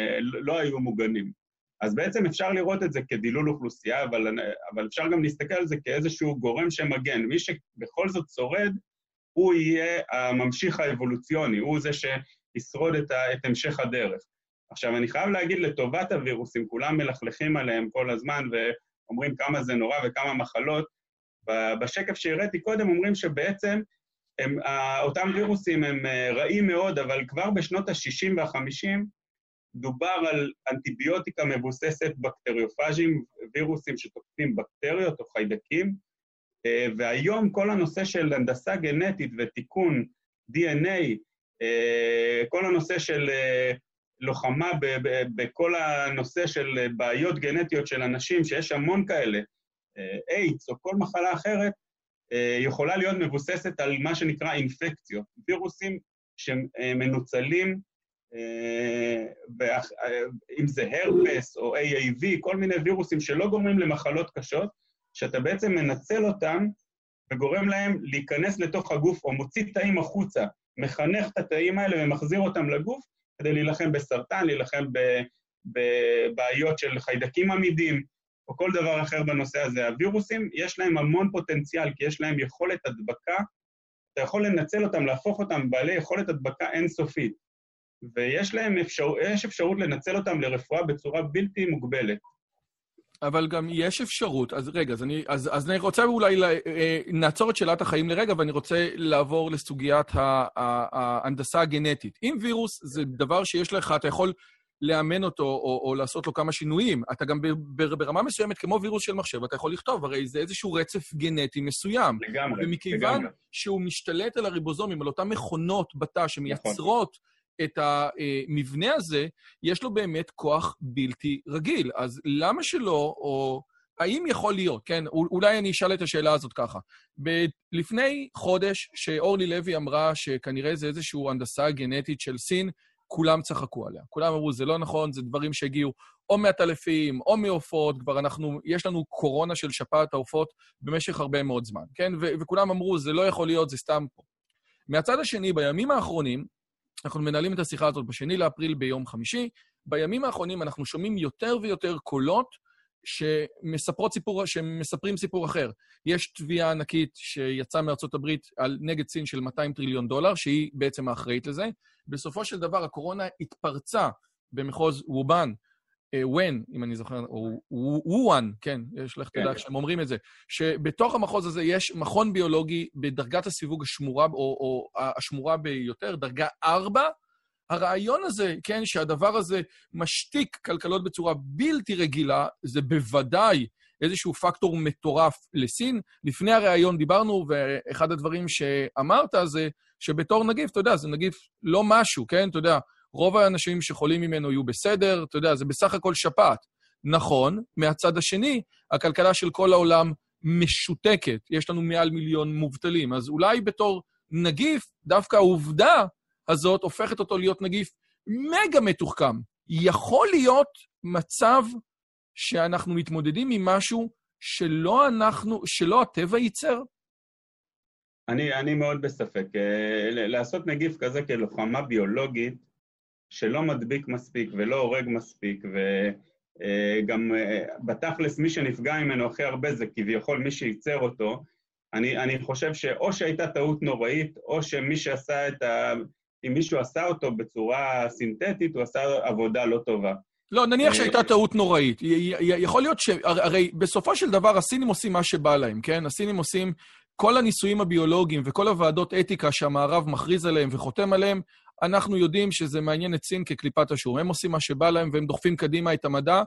Speaker 2: לא היו מוגנים. אז בעצם אפשר לראות את זה כדילול אוכלוסייה, אבל, אבל אפשר גם להסתכל על זה כאיזשהו גורם שמגן. מי שבכל זאת שורד, הוא יהיה הממשיך האבולוציוני, הוא זה שישרוד את, ה, את המשך הדרך. עכשיו, אני חייב להגיד לטובת הווירוסים, כולם מלכלכים עליהם כל הזמן, ואומרים כמה זה נורא וכמה מחלות. בשקף שהראיתי קודם אומרים שבעצם הם, אותם וירוסים הם רעים מאוד, אבל כבר בשנות ה-שישים וה-חמישים, דובר על אנטיביוטיקה מבוססת בקטריופאז'ים, וירוסים שתוקפים בקטריות או חיידקים, והיום כל הנושא של הנדסה גנטית ותיקון די אן איי, כל הנושא של לוחמה בכל הנושא של בעיות גנטיות של אנשים, שיש המון כאלה, איידס או כל מחלה אחרת, יכולה להיות מבוססת על מה שנקרא אינפקציות, וירוסים שמנוצלים, אם זה הרפס או איי איי וי, כל מיני וירוסים שלא גורמים למחלות קשות, שאתה בעצם מנצל אותם וגורם להם להיכנס לתוך הגוף, או מוציא תאים החוצה, מחנך את התאים האלה ומחזיר אותם לגוף, כדי להילחם בסרטן, להילחם בבעיות של חיידקים עמידים, או כל דבר אחר בנושא הזה. הווירוסים, יש להם המון פוטנציאל, כי יש להם יכולת הדבקה, אתה יכול לנצל אותם, להפוך אותם בעלי יכולת הדבקה אינסופית. ויש להם אפשר, יש אפשרות לנצל אותם לרפואה בצורה בלתי מוגבלת.
Speaker 1: אבל גם יש אפשרות, אז רגע, אז אני, אז, אז אני רוצה אולי, נעצור את שאלת החיים לרגע, ואני רוצה לעבור לסוגיית ההנדסה הגנטית. אם וירוס זה דבר שיש לך, אתה יכול לאמן אותו או, או לעשות לו כמה שינויים, אתה גם ברמה מסוימת, כמו וירוס של מחשב, אתה יכול לכתוב, הרי זה איזשהו רצף גנטי מסוים.
Speaker 2: לגמרי,
Speaker 1: ומכיוון
Speaker 2: לגמרי.
Speaker 1: שהוא משתלט על הריבוזומים, על אותם מכונות בתא שמייצרות, נכון. את המבנה הזה, יש לו באמת כוח בלתי רגיל. אז למה שלא, או האם יכול להיות, כן? אולי אני אשאל את השאלה הזאת ככה. ב- לפני חודש, שאורלי לוי אמרה שכנראה זה איזושהי הנדסה גנטית של סין, כולם צחקו עליה. כולם אמרו, זה לא נכון, זה דברים שהגיעו או מהטלפים, או מעופות, כבר אנחנו, יש לנו קורונה של שפעת העופות במשך הרבה מאוד זמן, כן? ו- וכולם אמרו, זה לא יכול להיות, זה סתם פה. מהצד השני, בימים האחרונים, אנחנו מנהלים את השיחה הזאת בשני לאפריל ביום חמישי, בימים האחרונים אנחנו שומעים יותר ויותר קולות שמספרות סיפור, שמספרים סיפור אחר. יש תביעה ענקית שיצאה מארצות הברית על נגד סין של מאתיים טריליון דולר, שהיא בעצם האחראית לזה. בסופו של דבר הקורונה התפרצה במחוז וובן, וואן, אם אני זוכר, או וואן, כן, יש לך תדע איך שהם אומרים את זה, שבתוך המחוז הזה יש מכון ביולוגי בדרגת הסיווג השמורה, או, או השמורה ביותר, דרגה ארבע. הרעיון הזה, כן, שהדבר הזה משתיק כלכלות בצורה בלתי רגילה, זה בוודאי איזשהו פקטור מטורף לסין. לפני הרעיון דיברנו, ואחד הדברים שאמרת זה שבתור נגיף, אתה יודע, זה נגיף לא משהו, כן, אתה יודע, רוב האנשים שחולים ממנו יהיו בסדר, אתה יודע, זה בסך הכל שפעת. נכון, מהצד השני, הכלכלה של כל העולם משותקת, יש לנו מעל מיליון מובטלים, אז אולי בתור נגיף, דווקא העובדה הזאת הופכת אותו להיות נגיף מגה מתוחכם. יכול להיות מצב שאנחנו מתמודדים עם משהו שלא אנחנו, שלא הטבע ייצר?
Speaker 2: אני, אני מאוד בספק. לעשות נגיף כזה כלוחמה ביולוגית, שלא מדביק מספיק ולא הורג מספיק, וגם בתכלס מי שנפגע ממנו הכי הרבה זה כביכול מי שייצר אותו, אני, אני חושב שאו שהייתה טעות נוראית, או שמי שעשה את ה... אם מישהו עשה אותו בצורה סינתטית, הוא עשה עבודה לא טובה.
Speaker 1: לא, נניח שהייתה טעות נוראית. יכול להיות ש... הרי בסופו של דבר הסינים עושים מה שבא להם, כן? הסינים עושים כל הניסויים הביולוגיים וכל הוועדות אתיקה שהמערב מכריז עליהם וחותם עליהם, אנחנו יודעים שזה מעניין את סין כקליפת השום. הם עושים מה שבא להם והם דוחפים קדימה את המדע,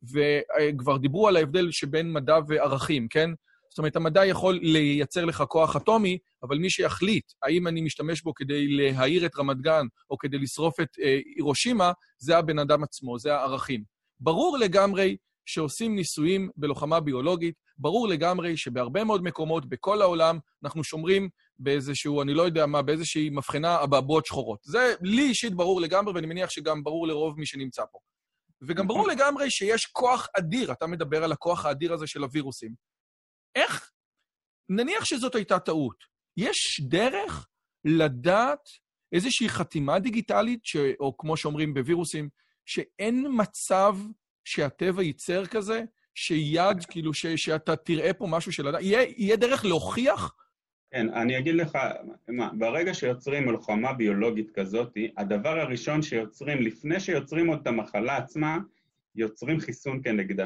Speaker 1: וכבר דיברו על ההבדל שבין מדע וערכים, כן? זאת אומרת, המדע יכול לייצר לך כוח אטומי, אבל מי שיחליט האם אני משתמש בו כדי להעיר את רמת גן, או כדי לשרוף את אה, הירושימה, זה הבן אדם עצמו, זה הערכים. ברור לגמרי שעושים ניסויים בלוחמה ביולוגית, ברור לגמרי שבהרבה מאוד מקומות בכל העולם, אנחנו שומרים באיזשהו, אני לא יודע מה, באיזושהי מבחנה אבעבועות שחורות. זה לי אישית ברור לגמרי, ואני מניח שגם ברור לרוב מי שנמצא פה. וגם ברור לגמרי שיש כוח אדיר, אתה מדבר על הכוח האדיר הזה של הווירוסים. איך? נניח שזאת הייתה טעות. יש דרך לדעת איזושהי חתימה דיגיטלית, ש... או כמו שאומרים בווירוסים, שאין מצב שהטבע ייצר כזה, שיד, כאילו, ש... שאתה תראה פה משהו של... יהיה, יהיה דרך להוכיח?
Speaker 2: כן, אני אגיד לך, מה, ברגע שיוצרים מלחמה ביולוגית כזאת, הדבר הראשון שיוצרים, לפני שיוצרים עוד את המחלה עצמה, יוצרים חיסון כנגדה.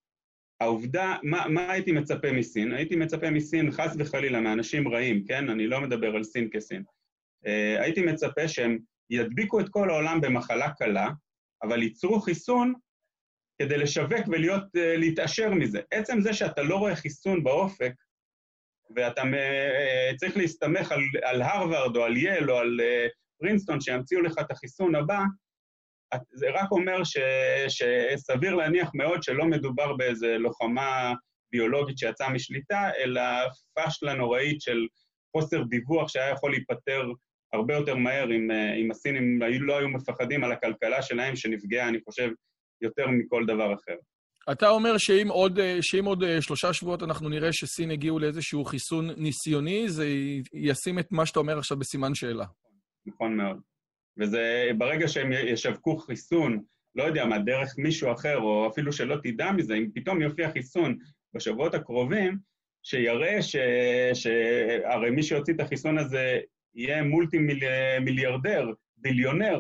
Speaker 2: העובדה, מה, מה הייתי מצפה מסין? הייתי מצפה מסין חס וחלילה מאנשים רעים, כן? אני לא מדבר על סין כסין. Uh, הייתי מצפה שהם ידביקו את כל העולם במחלה קלה, אבל ייצרו חיסון כדי לשווק ולהיות, uh, להתאשר מזה. עצם זה שאתה לא רואה חיסון באופק, ואתה uh, צריך להסתמך על, על הרווארד או על יל או על uh, פרינסטון שימציאו לך את החיסון הבא, זה רק אומר ש, שסביר להניח מאוד שלא מדובר באיזה לוחמה ביולוגית שיצאה משליטה, אלא פשלה נוראית של חוסר דיווח שהיה יכול להיפטר הרבה יותר מהר אם, אם הסינים לא היו מפחדים על הכלכלה שלהם שנפגעה, אני חושב, יותר מכל דבר אחר.
Speaker 1: אתה אומר שאם עוד, שאם עוד שלושה שבועות אנחנו נראה שסין הגיעו לאיזשהו חיסון ניסיוני, זה ישים את מה שאתה אומר עכשיו בסימן שאלה.
Speaker 2: נכון מאוד. וזה, ברגע שהם ישווקו חיסון, לא יודע מה, דרך מישהו אחר, או אפילו שלא תדע מזה, אם פתאום יופיע חיסון בשבועות הקרובים, שיראה ש... שהרי מי שיוציא את החיסון הזה יהיה מולטי מיליארדר, ביליונר,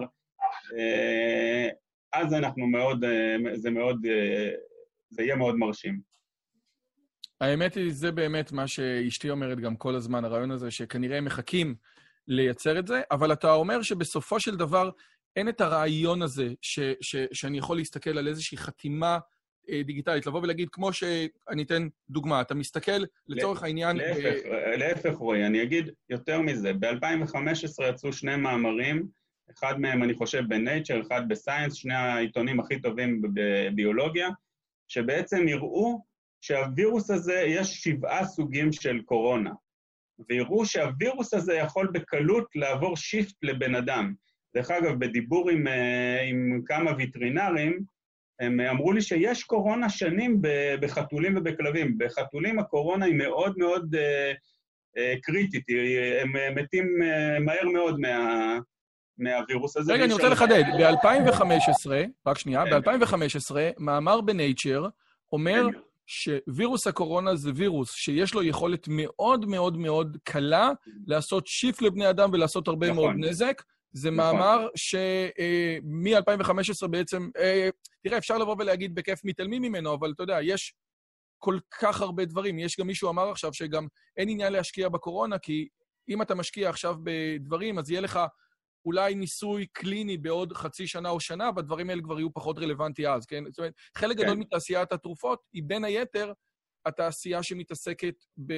Speaker 2: אז אנחנו מאוד, זה מאוד, זה יהיה מאוד מרשים.
Speaker 1: האמת היא, זה באמת מה שאשתי אומרת גם כל הזמן, הרעיון הזה שכנראה הם מחכים לייצר את זה, אבל אתה אומר שבסופו של דבר אין את הרעיון הזה ש, ש, שאני יכול להסתכל על איזושהי חתימה אה, דיגיטלית, לבוא ולהגיד, כמו שאני אתן דוגמה, אתה מסתכל לצורך העניין...
Speaker 2: להפך, ב... להפך רואי, אני אגיד יותר מזה, ב-אלפיים וחמש עשרה יצאו שני מאמרים, אחד מהם אני חושב בנייצ'ר, אחד בסיינס, שני העיתונים הכי טובים בביולוגיה, שבעצם יראו שהווירוס הזה, יש שבעה סוגים של קורונה, ויראו שהווירוס הזה יכול בקלות לעבור שיפט לבן אדם. דרך אגב, בדיבור עם, עם כמה ויטרינרים, הם אמרו לי שיש קורונה שנים בחתולים ובכלבים. בחתולים הקורונה היא מאוד מאוד קריטית, הם מתים מהר מאוד מה... מהווירוס הזה.
Speaker 1: רגע, אני רוצה לחדד. ב-אלפיים וחמש עשרה, רק שנייה, ב-אלפיים וחמש עשרה, מאמר בנייצ'ר אומר שווירוס הקורונה זה וירוס שיש לו יכולת מאוד מאוד מאוד קלה לעשות שיפט לבני אדם ולעשות הרבה מאוד נזק. זה מאמר שמ-אלפיים וחמש עשרה בעצם, תראה, אפשר לבוא ולהגיד בכיף מתעלמים ממנו, אבל אתה יודע, יש כל כך הרבה דברים. יש גם מישהו אמר עכשיו שגם אין עניין להשקיע בקורונה, כי אם אתה משקיע עכשיו בדברים, אז יהיה לך אולי ניסוי קליני בעוד חצי שנה או שנה, והדברים האלה כבר יהיו פחות רלוונטי אז, כן? זאת אומרת, חלק גדול מתעשיית התרופות היא בין היתר התעשייה שמתעסקת ב...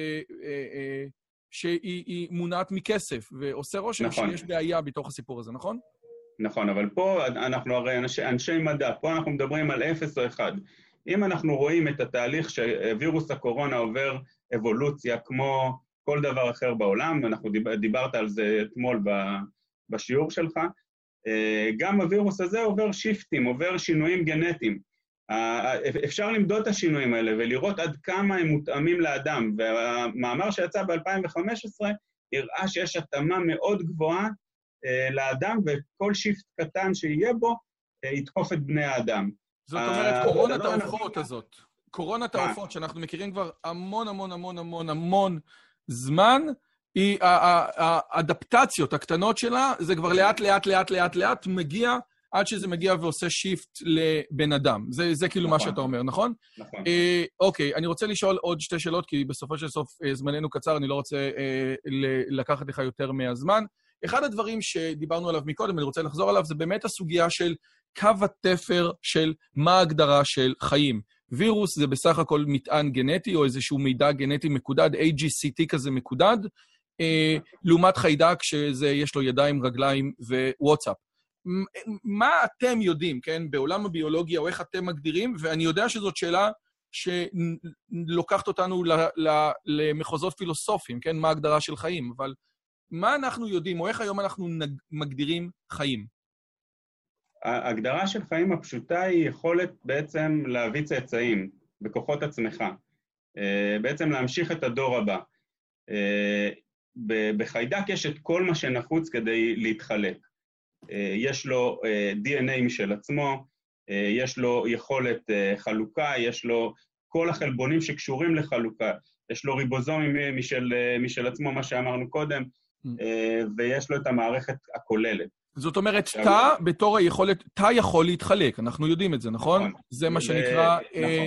Speaker 1: שהיא מונעת מכסף, ועושה רושם שיש בעיה בתוך הסיפור הזה, נכון?
Speaker 2: נכון, אבל פה אנחנו הרי אנשי מדע, פה אנחנו מדברים על אפס או אחד. אם אנחנו רואים את התהליך שווירוס הקורונה עובר אבולוציה כמו כל דבר אחר בעולם, ואנחנו דיברת על זה אתמול ב... בשיעור שלך, גם הווירוס הזה עובר שיפטים, עובר שינויים גנטיים. אפשר למדוד את השינויים האלה ולראות עד כמה הם מותאמים לאדם, והמאמר שיצא ב-אלפיים וחמש עשרה הראה שיש התאמה מאוד גבוהה לאדם, וכל שיפט קטן שיהיה בו יתקוף את בני האדם. זאת
Speaker 1: אומרת, קורונת העופות הזאת, קורונת העופות שאנחנו מכירים כבר המון המון המון המון המון זמן, היא, האדפטציות הקטנות שלה, זה כבר לאט, לאט, לאט, לאט, לאט, מגיע, עד שזה מגיע ועושה שיפט לבן אדם. זה, זה כאילו מה שאתה אומר, נכון?
Speaker 2: נכון.
Speaker 1: אה, אוקיי, אני רוצה לשאול עוד שתי שאלות, כי בסופו של סוף זמננו קצר, אני לא רוצה אה, לקחת לך יותר מהזמן. אחד הדברים שדיברנו עליו מקודם, אני רוצה לחזור עליו, זה באמת הסוגיה של קו התפר של מה ההגדרה של חיים. וירוס זה בסך הכל מטען גנטי, או איזשהו מידע גנטי מקודד, איי ג'י סי טי כזה מקודד, Uh, לעומת חיידק שזה יש לו ידיים, רגליים ווואטסאפ. מה אתם יודעים, כן, בעולם הביולוגיה, או איך אתם מגדירים, ואני יודע שזאת שאלה שלוקחת אותנו ל- ל- למחוזות פילוסופיים, כן, מה ההגדרה של חיים, אבל מה אנחנו יודעים, או איך היום אנחנו נג- מגדירים חיים?
Speaker 2: ההגדרה של חיים הפשוטה היא יכולת בעצם להביא צאצאים בכוחות עצמך, בעצם להמשיך את הדור הבא. בחיידק יש את כל מה שנחוץ כדי להתחלק. יש לו די אן איי משל עצמו, יש לו יכולת חלוקה, יש לו כל החלבונים שקשורים לחלוקה, יש לו ריבוזומים משל, משל עצמו, מה שאמרנו קודם, ויש לו את המערכת הכוללת.
Speaker 1: זאת אומרת, תא בתור היכולת, תא יכול להתחלק, אנחנו יודעים את זה, נכון? זה מה שנקרא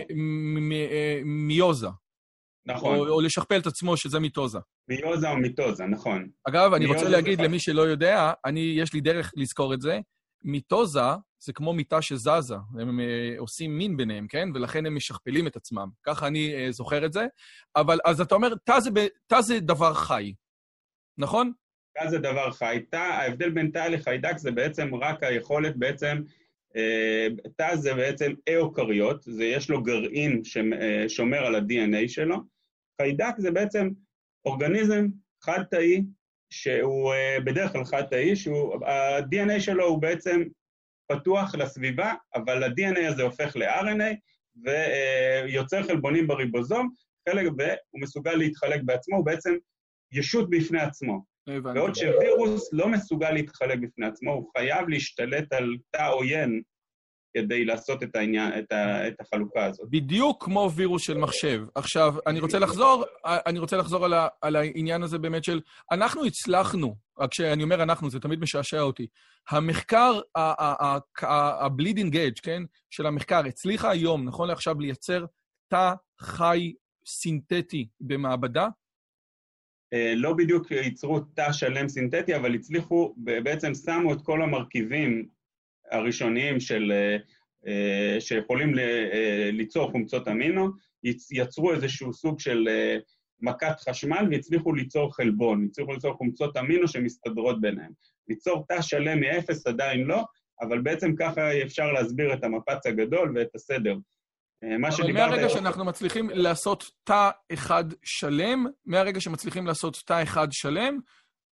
Speaker 1: מיוזה.
Speaker 2: נכון.
Speaker 1: או, או לשכפל את עצמו שזה מיטוזה.
Speaker 2: מיוזה או מיטוזה, נכון.
Speaker 1: אגב, אני רוצה להגיד למי שלא יודע, אני, יש לי דרך לזכור את זה, מיטוזה זה כמו מיטה שזזה, הם uh, עושים מין ביניהם, כן? ולכן הם משכפלים את עצמם. ככה אני uh, זוכר את זה. אבל אז אתה אומר, תא זה, תא זה דבר חי, נכון?
Speaker 2: תא זה דבר חי. תא, ההבדל בין תא לחיידק זה בעצם רק היכולת בעצם, uh, תא זה בעצם איוקריות, זה יש לו גרעין ששומר על ה-די אן איי שלו, חיידק זה בעצם אורגניזם חד-תאי, שהוא בדרך כלל חד-תאי, ה-די אן איי שלו הוא בעצם פתוח לסביבה, אבל ה-די אן איי הזה הופך ל-אר אן איי, ויוצר חלבונים בריבוזום, חלק ב, הוא מסוגל להתחלק בעצמו, הוא בעצם ישות בפני עצמו. בעוד שווירוס לא מסוגל להתחלק בפני עצמו, הוא חייב להשתלט על תא עוין, כדי לעשות את העניין, את, ה, את החלוקה הזאת.
Speaker 1: בדיוק כמו וירוס של מחשב. עכשיו, אני רוצה לחזור, אני רוצה לחזור על, ה, על העניין הזה באמת של, אנחנו הצלחנו, רק שאני אומר אנחנו, זה תמיד משעשע אותי, המחקר, ה-bleeding edge, כן, של המחקר, הצליחה היום, נכון לעכשיו, לייצר תא חי סינתטי במעבדה?
Speaker 2: לא בדיוק ייצרו תא שלם סינתטי, אבל הצליחו, בעצם שמו את כל המרכיבים, הראשוניים של, שיכולים ליצור חומצות אמינו, יצרו איזשהו סוג של מכת חשמל והצליחו ליצור חלבון, הצליחו ליצור חומצות אמינו שמסתדרות ביניהם. ליצור תא שלם מאפס עדיין לא, אבל בעצם ככה אפשר להסביר את המפץ הגדול ואת הסדר.
Speaker 1: אבל מהרגע שאנחנו מצליחים לעשות תא אחד שלם, מהרגע שמצליחים לעשות תא אחד שלם,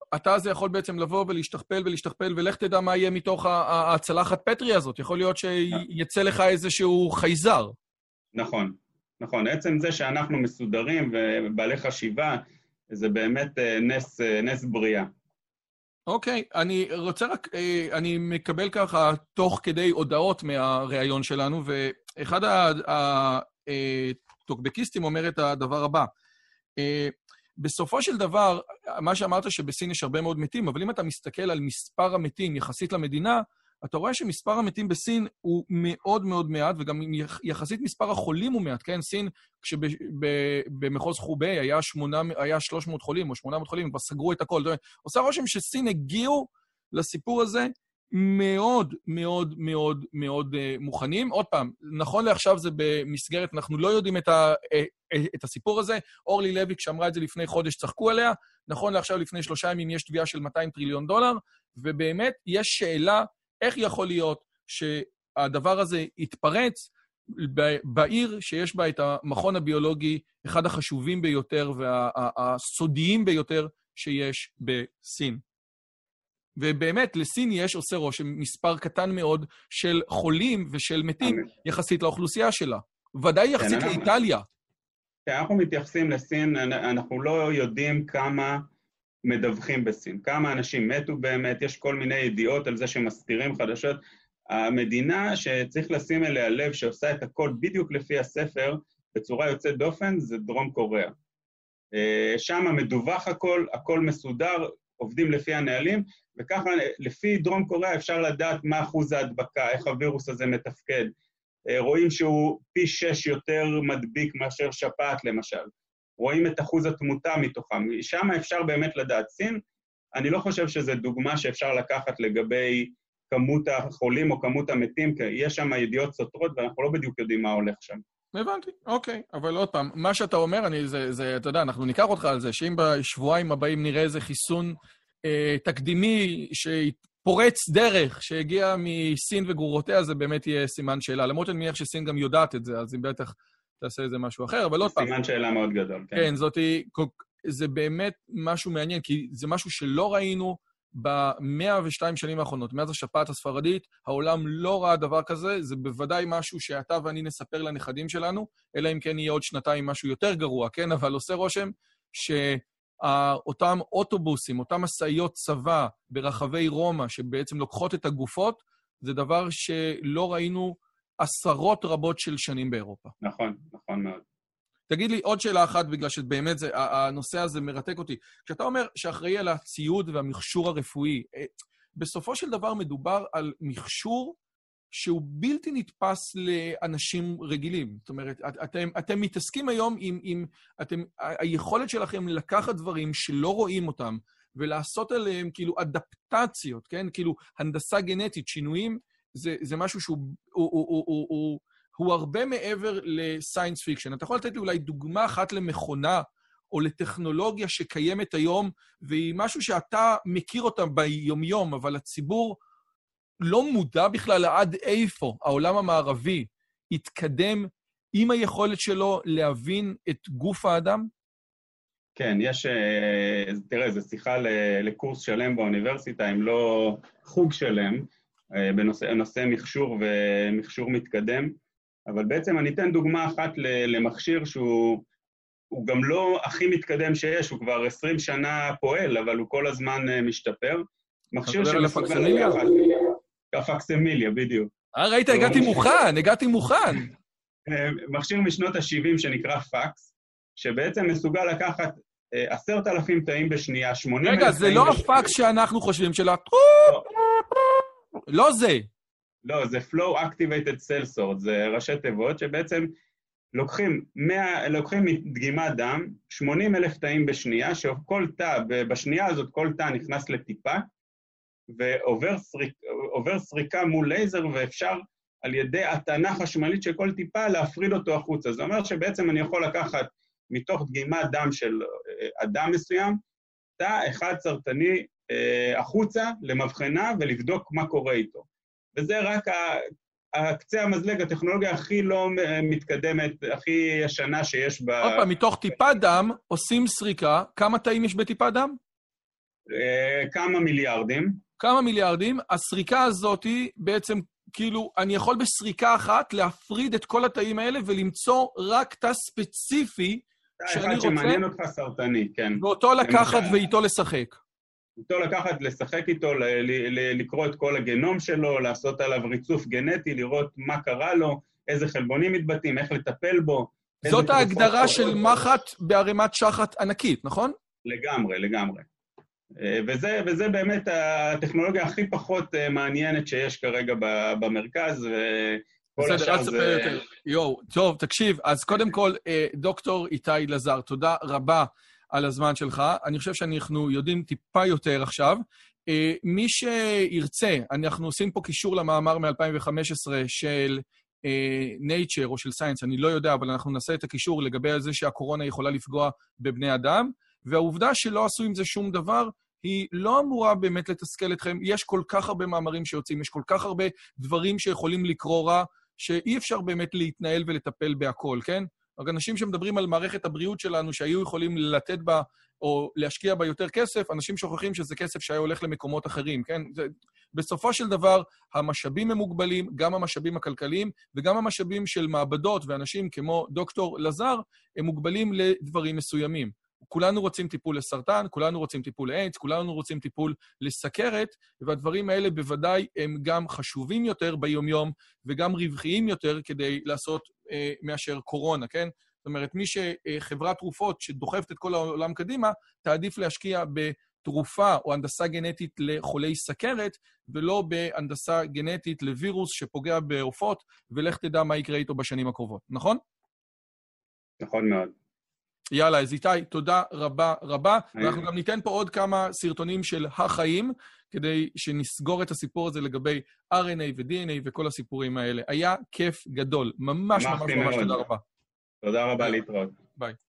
Speaker 1: אתה הזה יכול בעצם לבוא ולהשתכפל ולהשתכפל, ולך תדע מה יהיה מתוך הצלחת פטרי הזאת. יכול להיות שיצא לך איזשהו חייזר.
Speaker 2: נכון, נכון. עצם זה שאנחנו מסודרים ובעלי חשיבה, זה באמת נס, נס בריאה.
Speaker 1: אוקיי, אני רוצה רק, אני מקבל ככה תוך כדי הודעות מהראיון שלנו, ואחד הטוקבקיסטים אומר את הדבר הבא. בסופו של דבר, מה שאמרת שבסין יש הרבה מאוד מתים, אבל אם אתה מסתכל על מספר המתים יחסית למדינה, אתה רואה שמספר המתים בסין הוא מאוד מאוד מעט, וגם יחסית מספר החולים הוא מעט, כן? סין, כשבמחוז חובי היה, היה שלוש מאות חולים או שמונה מאות חולים, כבר סגרו את הכל. עושה רושם שסין הגיעו לסיפור הזה מאוד מאוד מאוד מאוד מוכנים. עוד פעם, נכון לעכשיו זה במסגרת, אנחנו לא יודעים את, ה, את הסיפור הזה. אורלי לוי, כשאמרה את זה לפני חודש, צחקו עליה. נכון לעכשיו, לפני שלושה ימים, יש תביעה של מאתיים טריליון דולר, ובאמת יש שאלה איך יכול להיות שהדבר הזה יתפרץ בעיר שיש בה את המכון הביולוגי, אחד החשובים ביותר והסודיים ביותר שיש בסין. ובאמת, לסין יש עושה רושם מספר קטן מאוד של חולים ושל מתים יחסית לאוכלוסייה שלה. ודאי יחסית לאיטליה.
Speaker 2: אנחנו מתייחסים לסין, אנחנו לא יודעים כמה מדווחים בסין, כמה אנשים מתו באמת, יש כל מיני ידיעות על זה שמסתירים חדשות. המדינה שצריך לשים אליה לב, שעושה את הכל בדיוק לפי הספר, בצורה יוצאת דופן, זה דרום קוריאה. שם מדווח הכל, הכל מסודר, עובדים לפי הנהלים, וככה לפי דרום קוריאה אפשר לדעת מה אחוז ההדבקה, איך הווירוס הזה מתפקד. רואים שהוא פי שש יותר מדביק מאשר שפעת למשל. רואים את אחוז התמותה מתוכם. שם אפשר באמת לדעת. סין, אני לא חושב שזו דוגמה שאפשר לקחת לגבי כמות החולים או כמות המתים, כי יש שם ידיעות סותרות ואנחנו לא בדיוק יודעים מה הולך שם.
Speaker 1: הבנתי, אוקיי. אבל עוד פעם, מה שאתה אומר, אני, זה, זה, אתה יודע, אנחנו ניקח אותך על זה, שאם בשבועיים הבאים נראה איזה חיסון אה, תקדימי שפורץ דרך, שהגיע מסין וגרורותיה, זה באמת יהיה סימן שאלה. למרות אני מניח שסין גם יודעת את זה, אז היא בטח תעשה איזה משהו אחר, אבל עוד פעם.
Speaker 2: סימן שאלה מאוד גדול, כן.
Speaker 1: כן, זאת היא, זה באמת משהו מעניין, כי זה משהו שלא ראינו ב-מאה ושתיים שנים האחרונות. מאז השפעת הספרדית, העולם לא ראה דבר כזה, זה בוודאי משהו שאתה ואני נספר לנכדים שלנו, אלא אם כן יהיה עוד שנתיים משהו יותר גרוע, כן? אבל עושה רושם שאותם אוטובוסים, אותם מסעיות צבא ברחבי רומא, שבעצם לוקחות את הגופות, זה דבר שלא ראינו עשרות רבות של שנים באירופה.
Speaker 2: נכון, נכון מאוד.
Speaker 1: תגיד לי עוד שאלה אחת, בגלל שבאמת זה, הנושא הזה מרתק אותי. כשאתה אומר שאחראי על הציוד והמכשור הרפואי, בסופו של דבר מדובר על מכשור שהוא בלתי נתפס לאנשים רגילים. זאת אומרת, אתם, אתם מתעסקים היום עם, עם אתם, היכולת שלכם לקחת דברים שלא רואים אותם, ולעשות עליהם כאילו אדפטציות, כן? כאילו הנדסה גנטית, שינויים, זה, זה משהו שהוא, הוא, הוא, הוא, הוא, הוא, הוא הרבה מעבר לסיינס פיקשן. אתה יכול לתת לי אולי דוגמה אחת למכונה או לטכנולוגיה שקיימת היום, והיא משהו שאתה מכיר אותה ביומיום, אבל הציבור לא מודע בכלל עד איפה העולם המערבי יתקדם עם היכולת שלו להבין את גוף האדם?
Speaker 2: כן, יש, תראה, זו שיחה לקורס שלם באוניברסיטה, אם לא חוג שלם, בנושא נושא מכשור ומכשור מתקדם, אבל בעצם אני אתן דוגמה אחת למכשיר שהוא הוא גם לא הכי מתקדם שיש, הוא כבר עשרים שנה פועל, אבל הוא כל הזמן משתפר.
Speaker 1: מכשיר של הפקסמיליה?
Speaker 2: הפקסמיליה, בדיוק.
Speaker 1: אה, ראית, הגעתי מוכן, הגעתי מוכן.
Speaker 2: מכשיר משנות ה-שבעים שנקרא פקס, שבעצם מסוגל לקחת עשרת אלפים תאים בשנייה, שמונים אלף...
Speaker 1: רגע, זה לא הפקס שאנחנו חושבים שלה... לא זה.
Speaker 2: לא, זה Flow Activated Cell Sort, זה ראשי תיבות שבעצם לוקחים, מאה, לוקחים דגימת דם, שמונים אלף תאים בשנייה, שכל תא, בשנייה הזאת כל תא נכנס לטיפה, ועובר סריק, עובר סריקה מול לייזר, ואפשר על ידי הטענה חשמלית של כל טיפה להפריד אותו החוצה. זה אומר שבעצם אני יכול לקחת מתוך דגימת דם של אדם מסוים, תא אחד סרטני החוצה למבחנה ולבדוק מה קורה איתו. וזה רק הקצה המזלג, הטכנולוגיה הכי לא מתקדמת, הכי ישנה שיש ב...
Speaker 1: עוד פעם, מתוך טיפה דם עושים סריקה, כמה תאים יש בטיפה דם?
Speaker 2: כמה מיליארדים.
Speaker 1: כמה מיליארדים. הסריקה הזאת היא בעצם, כאילו, אני יכול בסריקה אחת להפריד את כל התאים האלה ולמצוא רק תא ספציפי שאני רוצה.
Speaker 2: אחד שמעניין אותך סרטני, כן.
Speaker 1: ואותו לקחת ואיתו לשחק.
Speaker 2: איתו לקחת, לשחק איתו, לקרוא את כל הגנום שלו, לעשות עליו ריצוף גנטי, לראות מה קרה לו, איזה חלבונים מתבטאים, איך לטפל בו.
Speaker 1: זאת ההגדרה של מחט בערימת שחת ענקית, נכון?
Speaker 2: לגמרי, לגמרי. וזה, וזה באמת הטכנולוגיה הכי פחות מעניינת שיש כרגע במרכז, וכל השאר זה...
Speaker 1: יו, טוב, תקשיב, אז קודם כל, דוקטור איתי לזר, תודה רבה על הזמן שלך. אני חושב שאנחנו יודעים טיפה יותר עכשיו. מי שירצה, אנחנו עושים פה קישור למאמר מ-אלפיים וחמש עשרה של Nature או של Science, אני לא יודע, אבל אנחנו נעשה את הקישור לגבי זה שהקורונה יכולה לפגוע בבני אדם, והעובדה שלא עשו עם זה שום דבר, היא לא אמורה באמת לתסכל אתכם. יש כל כך הרבה מאמרים שיוצאים, יש כל כך הרבה דברים שיכולים לקרוא רע, שאי אפשר באמת להתנהל ולטפל בהכל, כן? אנשים שמדברים על מערכת הבריאות שלנו, שהיו יכולים לתת בה, או להשקיע בה יותר כסף, אנשים שוכחים שזה כסף שהיה הולך למקומות אחרים, כן? זה, בסופו של דבר, המשאבים הם מוגבלים, גם המשאבים הכלכליים, וגם המשאבים של מעבדות ואנשים כמו דוקטור לזר, הם מוגבלים לדברים מסוימים. כולנו רוצים טיפול לסרטן, כולנו רוצים טיפול לאיידס, כולנו רוצים טיפול לסכרת, והדברים האלה בוודאי הם גם חשובים יותר ביומיום, וגם רווחיים יותר כדי לעשות אה, מאשר קורונה, כן? זאת אומרת, מי שחברת תרופות שדוחפת את כל העולם קדימה, תעדיף להשקיע בתרופה או הנדסה גנטית לחולי סכרת, ולא בהנדסה גנטית לווירוס שפוגע בעופות, ולך תדע מה יקרה איתו בשנים הקרובות, נכון?
Speaker 2: נכון מאוד.
Speaker 1: יאללה, אז איתי, תודה רבה רבה. ואנחנו גם ניתן פה עוד כמה סרטונים של החיים, כדי שנסגור את הסיפור הזה לגבי אר אן איי ו-די אן איי וכל הסיפורים האלה. היה כיף גדול. ממש ממש ממש תודה רבה.
Speaker 2: תודה רבה להתראות.
Speaker 1: ביי.